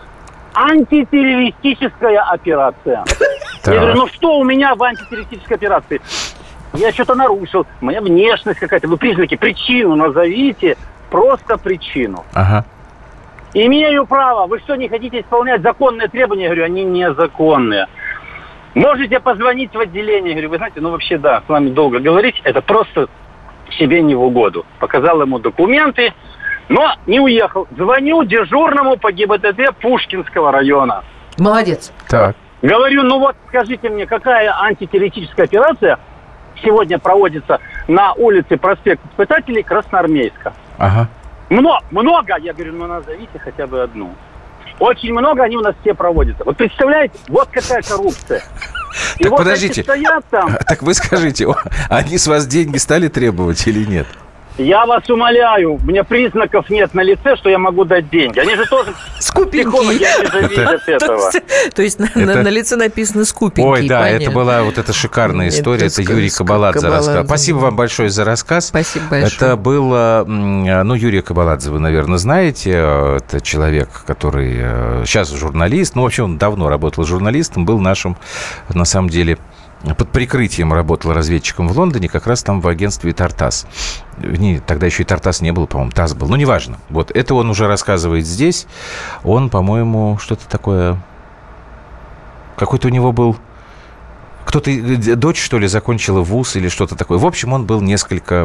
Антитеррористическая операция. Так. Я говорю, ну что у меня в антитеррористической операции? Я что-то нарушил. Моя внешность какая-то. Вы признаки, причину назовите. Просто причину. Ага. Имею право. Вы что, не хотите исполнять законные требования? Я говорю, они незаконные. Можете позвонить в отделение. Я говорю, вы знаете, ну вообще да, с вами долго говорить. Это просто себе не в угоду. Показал ему документы. Но не уехал. Звоню дежурному по ГИБДД Пушкинского района. Молодец. Так. Говорю, ну вот скажите мне, какая антитеррористическая операция сегодня проводится на улице проспект Испытателей Красноармейска? Ага. Много, много. Я говорю, ну назовите хотя бы одну. Очень много, они у нас все проводятся. Вот представляете, вот какая коррупция. И так вот подождите, там... так вы скажите, они с вас деньги стали требовать или нет? Я вас умоляю, у меня признаков нет на лице, что я могу дать деньги. Они же тоже скупенькие. Они же видят этого. То есть на лице написано скупенькие. Ой, да, это была вот эта шикарная история. Это Юрий Кабаладзе рассказал. Спасибо вам большое за рассказ. Спасибо большое. Это было, ну, Юрия Кабаладзе вы, наверное, знаете. Это человек, который сейчас журналист. Ну, вообще он давно работал журналистом, был нашим, на самом деле, под прикрытием работал разведчиком в Лондоне, как раз там в агентстве «Тартас». Не, тогда еще и «Тартас» не было, по-моему, «ТАСС» был. Ну, неважно. Вот, это он уже рассказывает здесь. Он, по-моему, что-то такое... Какой-то у него был... Кто-то, дочь, что ли, закончила вуз или что-то такое. В общем, он был несколько,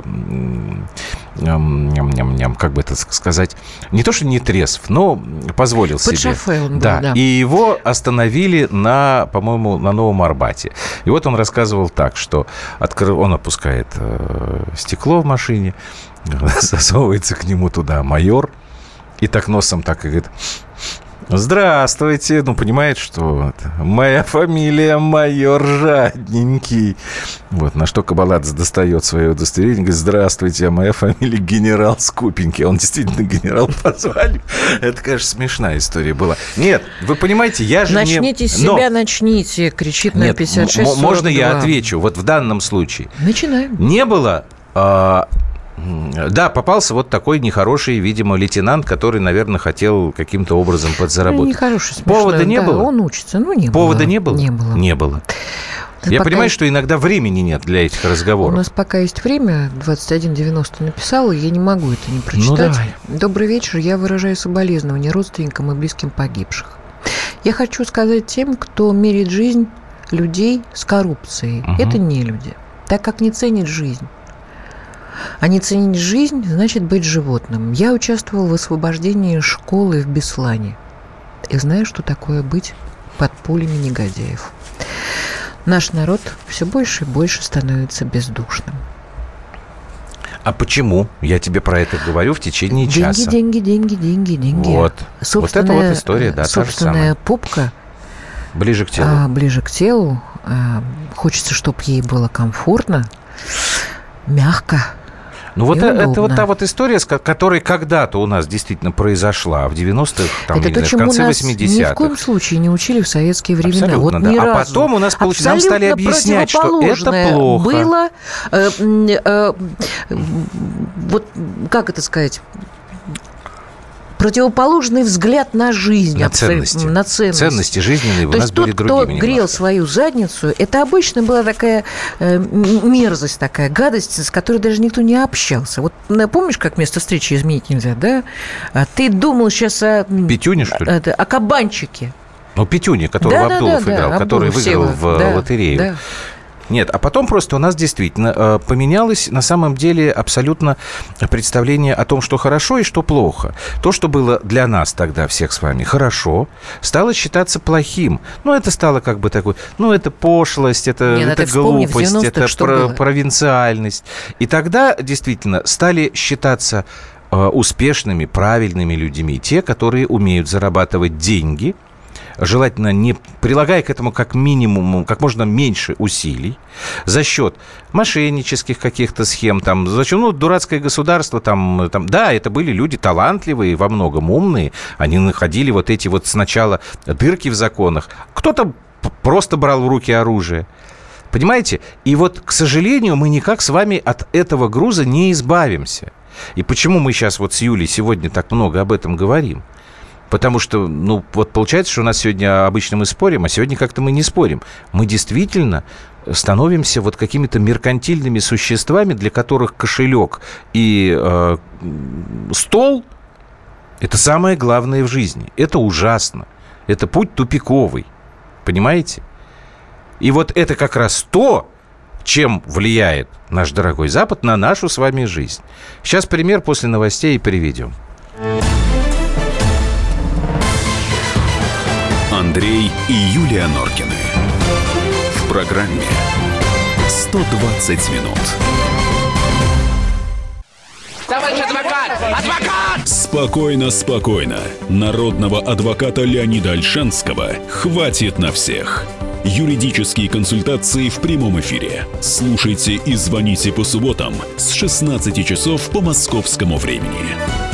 как бы это сказать, не то, что не трезв, но позволил Под себе. Под шофе он был, да. да. И его остановили на, по-моему, на Новом Арбате. И вот он рассказывал так, что откры... он опускает э, стекло в машине, засовывается к нему туда майор, и так носом так и говорит... Здравствуйте. Ну, понимает, что это, моя фамилия майор Жадненький. Вот, на что Кабаладзе достает свое удостоверение, говорит, здравствуйте, а моя фамилия генерал Скупенький. Он действительно генерал по званию. Это, конечно, смешная история была. Нет, вы понимаете, я же начните не... Начните себя, Но... начните, кричит на пятьдесят шесть сорок два. Можно я отвечу? Вот в данном случае. Начинаем. Не было... А... Да, попался вот такой нехороший, видимо, лейтенант, который, наверное, хотел каким-то образом подзаработать. Ну, нехороший, смешной. Повода не да, было? Он учится, ну, не Повода было. не было? Не было. Не было. Да. Я пока... понимаю, что иногда времени нет для этих разговоров. У нас пока есть время, двадцать один девяносто написала, я не могу это не прочитать. Ну, давай. Добрый вечер, я выражаю соболезнования родственникам и близким погибших. Я хочу сказать тем, кто меряет жизнь людей с коррупцией. Угу. Это не люди, так как не ценят жизнь. А не ценить жизнь значит быть животным. Я участвовал в освобождении школы в Беслане. И знаю, что такое быть под пулями негодяев. Наш народ все больше и больше становится бездушным. А почему? Я тебе про это говорю в течение деньги, часа. Деньги, деньги, деньги, деньги. Вот. Вот это вот история, да, собственная попка. Ближе к телу. А, ближе к телу. А, хочется, чтобы ей было комфортно, мягко. Ну вот это вот та вот история, с которой когда-то у нас действительно произошла в девяностых, там, это не то, знаю, в чему конце нас восьмидесятых. Ни в коем случае не учили в советские времена. Абсолютно, вот да. ни А разу. потом у нас получ... нам стали объяснять, что это плохо. Было, э, э, вот как это сказать... противоположный взгляд на жизнь. На ценности. На ценности. Ценности жизненные у нас были другими. То есть тот, кто грел свою задницу, это обычно была такая э, мерзость, такая гадость, с которой даже никто не общался. Вот помнишь, как место встречи изменить нельзя, да? А ты думал сейчас о... Петюне, что ли? О, о кабанчике. Ну, Петюне, которого да, Абдулов да, да, играл, да, который Абдулов выиграл Сева. в да, лотерею. Да. Нет, а потом просто у нас действительно э, поменялось на самом деле абсолютно представление о том, что хорошо и что плохо. То, что было для нас тогда всех с вами хорошо, стало считаться плохим. Ну, это стало как бы такой, ну, это пошлость, это, Нет, это глупость, это про- провинциальность. И тогда действительно стали считаться э, успешными, правильными людьми те, которые умеют зарабатывать деньги, желательно не прилагая к этому как минимум, как можно меньше усилий, за счет мошеннических каких-то схем, там, за счет, ну, дурацкое государство, там, там, да, это были люди талантливые, во многом умные, они находили вот эти вот сначала дырки в законах, кто-то просто брал в руки оружие. Понимаете? И вот, к сожалению, мы никак с вами от этого груза не избавимся. И почему мы сейчас вот с Юлей сегодня так много об этом говорим? Потому что, ну, вот получается, что у нас сегодня обычно мы спорим, а сегодня как-то мы не спорим. Мы действительно становимся вот какими-то меркантильными существами, для которых кошелек и э, стол – это самое главное в жизни. Это ужасно. Это путь тупиковый. Понимаете? И вот это как раз то, чем влияет наш дорогой Запад на нашу с вами жизнь. Сейчас пример после новостей и переведем. Андрей и Юлия Норкины. В программе сто двадцать минут. Товарищ адвокат! Адвокат! Спокойно, спокойно. Народного адвоката Леонида Ольшанского хватит на всех. Юридические консультации в прямом эфире. Слушайте и звоните по субботам с шестнадцати часов по московскому времени.